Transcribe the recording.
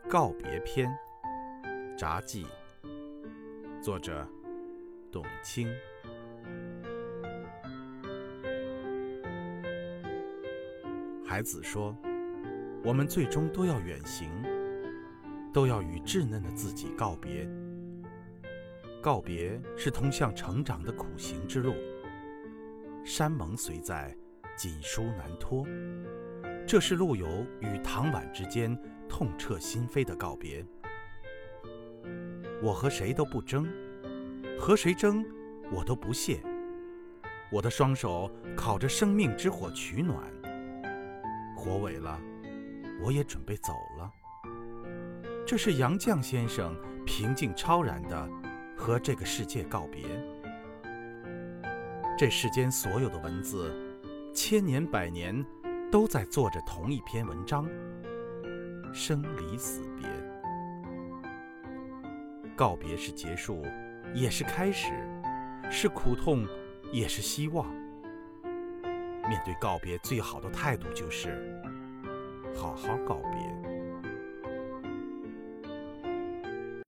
告别篇，札记，作者董卿。孩子说，我们最终都要远行，都要与稚嫩的自己告别。告别是通向成长的苦行之路，山盟虽在，锦书难托。这是陆游与唐婉之间痛彻心扉的告别。我和谁都不争，和谁争我都不屑。我的双手烤着生命之火取暖，火萎了，我也准备走了。这是杨绛先生平静超然地和这个世界告别。这世间所有的文字，千年百年都在做着同一篇文章，生离死别。告别是结束，也是开始，是苦痛，也是希望。面对告别，最好的态度就是好好告别。